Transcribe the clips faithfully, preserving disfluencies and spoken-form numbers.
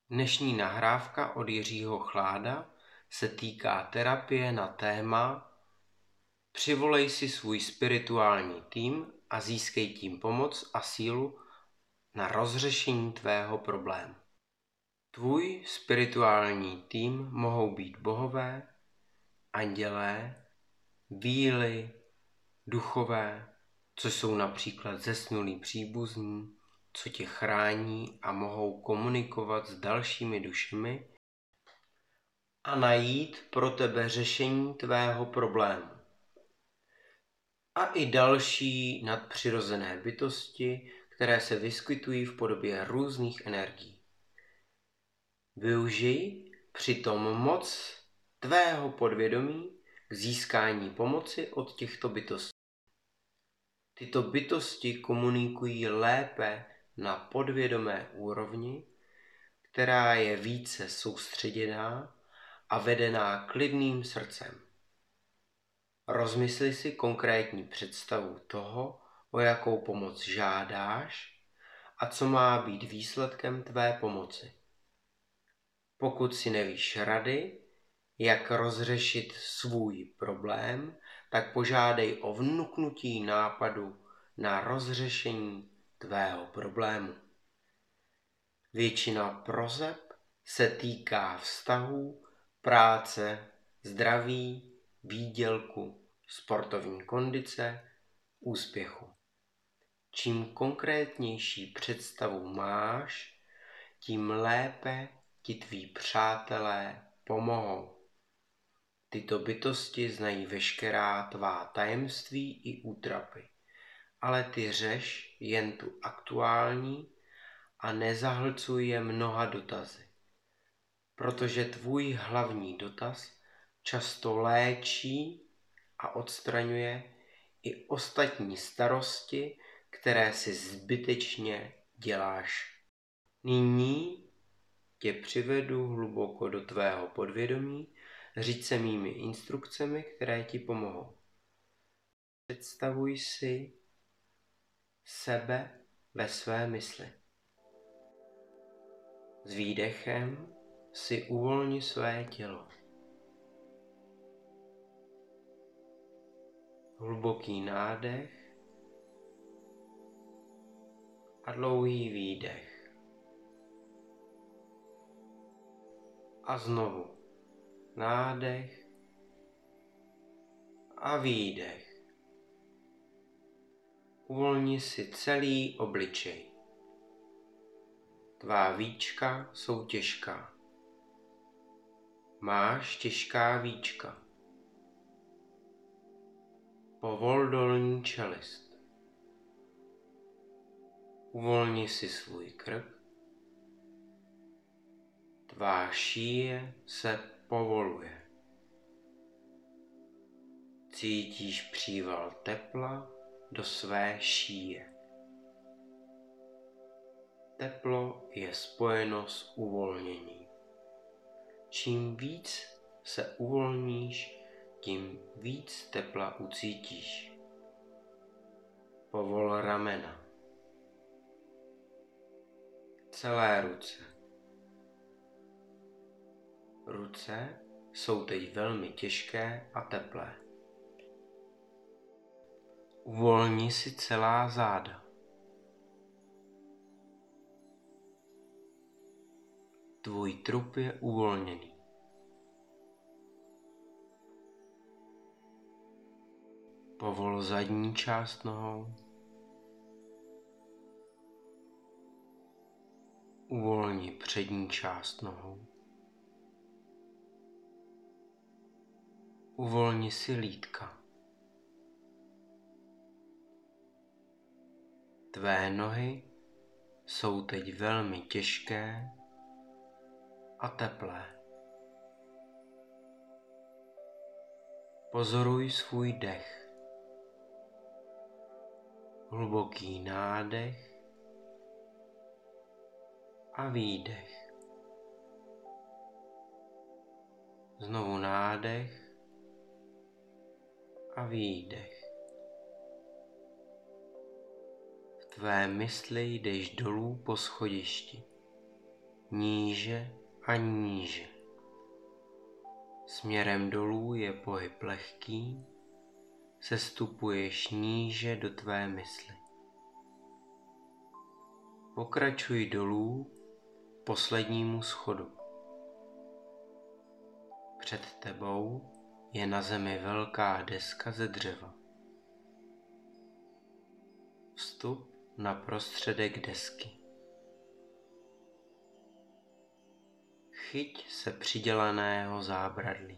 Dnešní nahrávka od Jiřího Chláda se týká terapie na téma Přivolej si svůj spirituální tým a získej tím pomoc a sílu na rozřešení tvého problému. Tvůj spirituální tým mohou být bohové, andělé, víly, duchové, což jsou například zesnulí příbuzní, co tě chrání a mohou komunikovat s dalšími dušemi a najít pro tebe řešení tvého problému. A i další nadpřirozené bytosti, které se vyskytují v podobě různých energií. Využij přitom moc tvého podvědomí k získání pomoci od těchto bytostí. Tyto bytosti komunikují lépe na podvědomé úrovni, která je více soustředěná a vedená klidným srdcem. Rozmysli si konkrétní představu toho, o jakou pomoc žádáš a co má být výsledkem tvé pomoci. Pokud si nevíš rady, jak rozřešit svůj problém, tak požádej o vnuknutí nápadu na rozřešení tvého problému. Většina proseb se týká vztahů, práce, zdraví, výdělku, sportovní kondice, úspěchu. Čím konkrétnější představu máš, tím lépe ti tví přátelé pomohou. Tyto bytosti znají veškerá tvá tajemství i útrapy, ale ty řeš jen tu aktuální a nezahlcuj je mnoha dotazy, protože tvůj hlavní dotaz často léčí a odstraňuje i ostatní starosti, které si zbytečně děláš. Nyní tě přivedu hluboko do tvého podvědomí, říct se mými instrukcemi, které ti pomohou. Představuj si sebe ve své mysli. S výdechem si uvolni své tělo. Hluboký nádech a dlouhý výdech. A znovu nádech a výdech. Uvolni si celý obličej. Tvá víčka jsou těžká. Máš těžká víčka. Povol dolní čelist. Uvolni si svůj krk. Tvá šíje se povoluje. Cítíš příval tepla do své šíje. Teplo je spojeno s uvolněním. Čím víc se uvolníš, tím víc tepla ucítíš. Povol ramena. Celé ruce. Ruce jsou teď velmi těžké a teplé. Uvolni si celá záda. Tvůj trup je uvolněný. Povol zadní část nohou. Uvolni přední část nohou. Uvolni si lítka. Tvé nohy jsou teď velmi těžké a teplé. Pozoruj svůj dech. Hluboký nádech a výdech. Znovu nádech a výdech. V tvé mysli jdeš dolů po schodišti. níže a níže. Směrem dolů je pohyb lehký, sestupuješ níže do tvé mysli. Pokračuj dolů k poslednímu schodu. Před tebou je na zemi velká deska ze dřeva. Vstup na prostředek desky. Chyť se přidělaného zábradlí.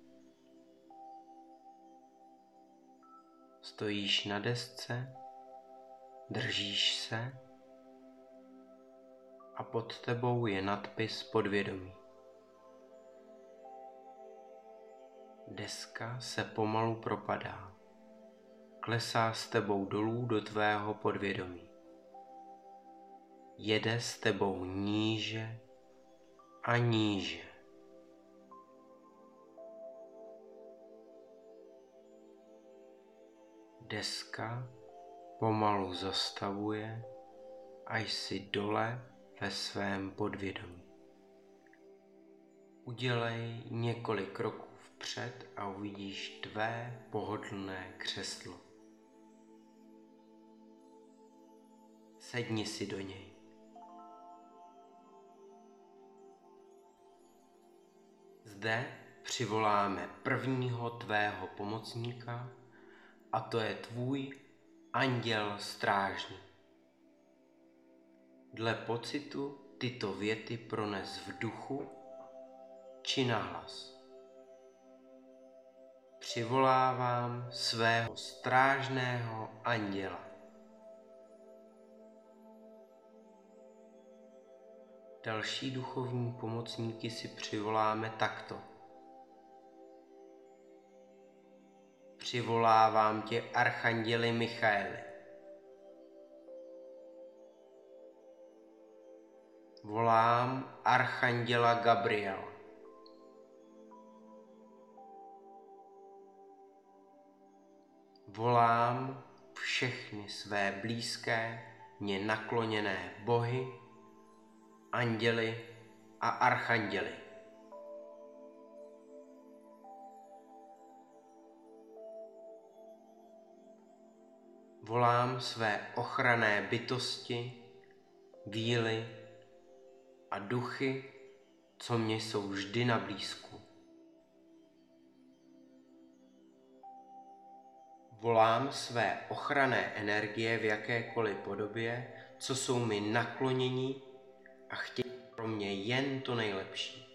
Stojíš na desce, držíš se a pod tebou je nadpis podvědomí. Deska se pomalu propadá. Klesá s tebou dolů do tvého podvědomí. Jede s tebou níže a níže. Deska pomalu zastavuje, až jsi dole ve svém podvědomí. Udělej několik kroků vpřed a uvidíš tvé pohodlné křeslo. Sedni si do něj. Zde přivoláme prvního tvého pomocníka a to je tvůj anděl strážný. Dle pocitu tyto věty prones v duchu či nahlas. Přivolávám svého strážného anděla. Další duchovní pomocníky si přivoláme takto. Přivolávám tě, archanděli Michaeli. Volám archanděla Gabriela. Volám všechny své blízké, mně nakloněné bohy, anděli a archanděli. Volám své ochranné bytosti, víly a duchy, co mě jsou vždy na blízku. Volám své ochranné energie v jakékoliv podobě, co jsou mi nakloněni a chtějí pro mě jen to nejlepší.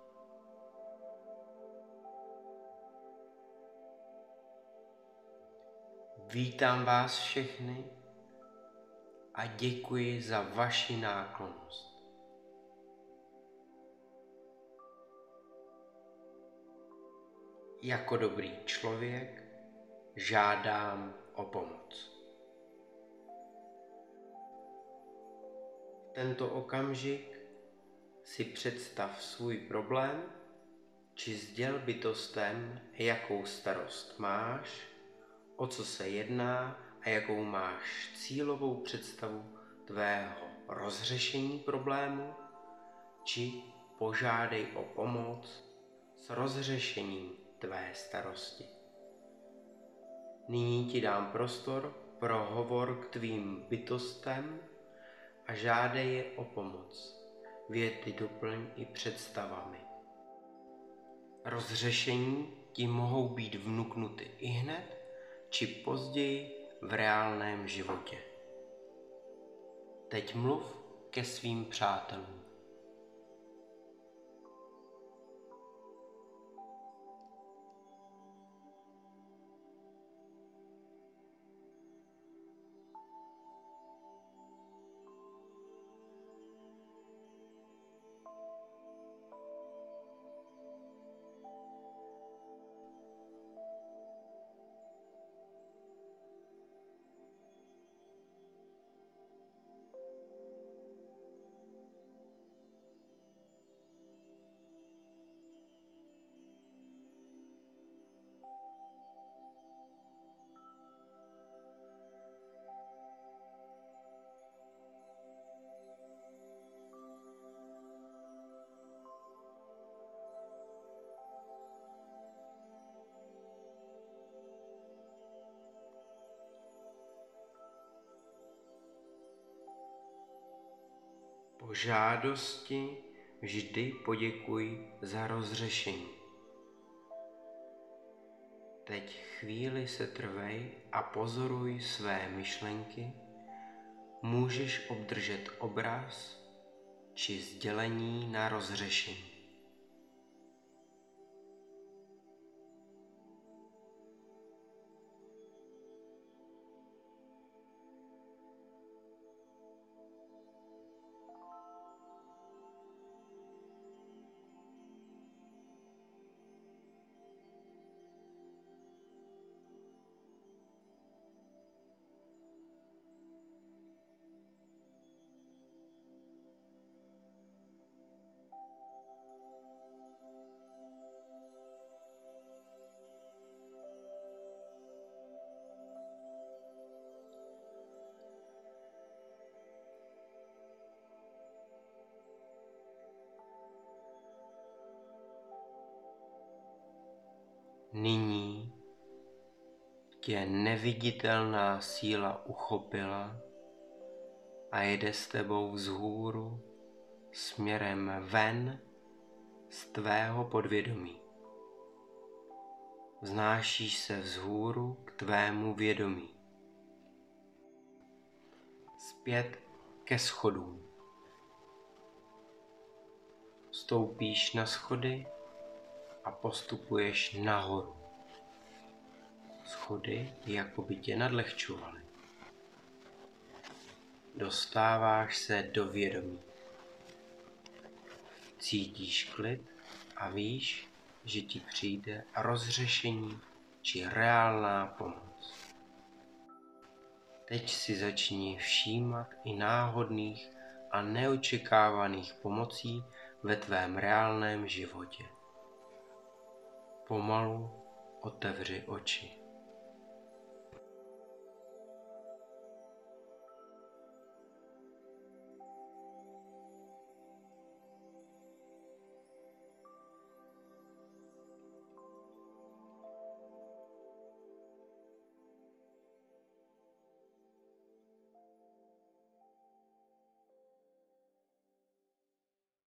Vítám vás všechny a děkuji za vaši náklonnost. Jako dobrý člověk žádám o pomoc. V tento okamžik si představ svůj problém či sděl bytostem, jakou starost máš, o co se jedná a jakou máš cílovou představu tvého rozřešení problému, či požádej o pomoc s rozřešením tvé starosti. Nyní ti dám prostor pro hovor k tvým bytostem a žádej je o pomoc. Věty doplň i představami. Rozřešení ti mohou být vnuknuty ihned či později v reálném životě. Teď mluv ke svým přátelům. Po žádosti vždy poděkuj za rozřešení. Teď chvíli se trvej a pozoruj své myšlenky. Můžeš obdržet obraz či sdělení na rozřešení. Nyní tě neviditelná síla uchopila a jede s tebou vzhůru směrem ven z tvého podvědomí. Vznášíš se vzhůru k tvému vědomí. Zpět ke schodům. Stoupíš na schody a postupuješ nahoru. Schody jako by tě nadlehčovaly. Dostáváš se do vědomí. Cítíš klid a víš, že ti přijde rozřešení či reálná pomoc. Teď si začni všímat i náhodných a neočekávaných pomocí ve tvém reálném životě. Pomalu otevři oči.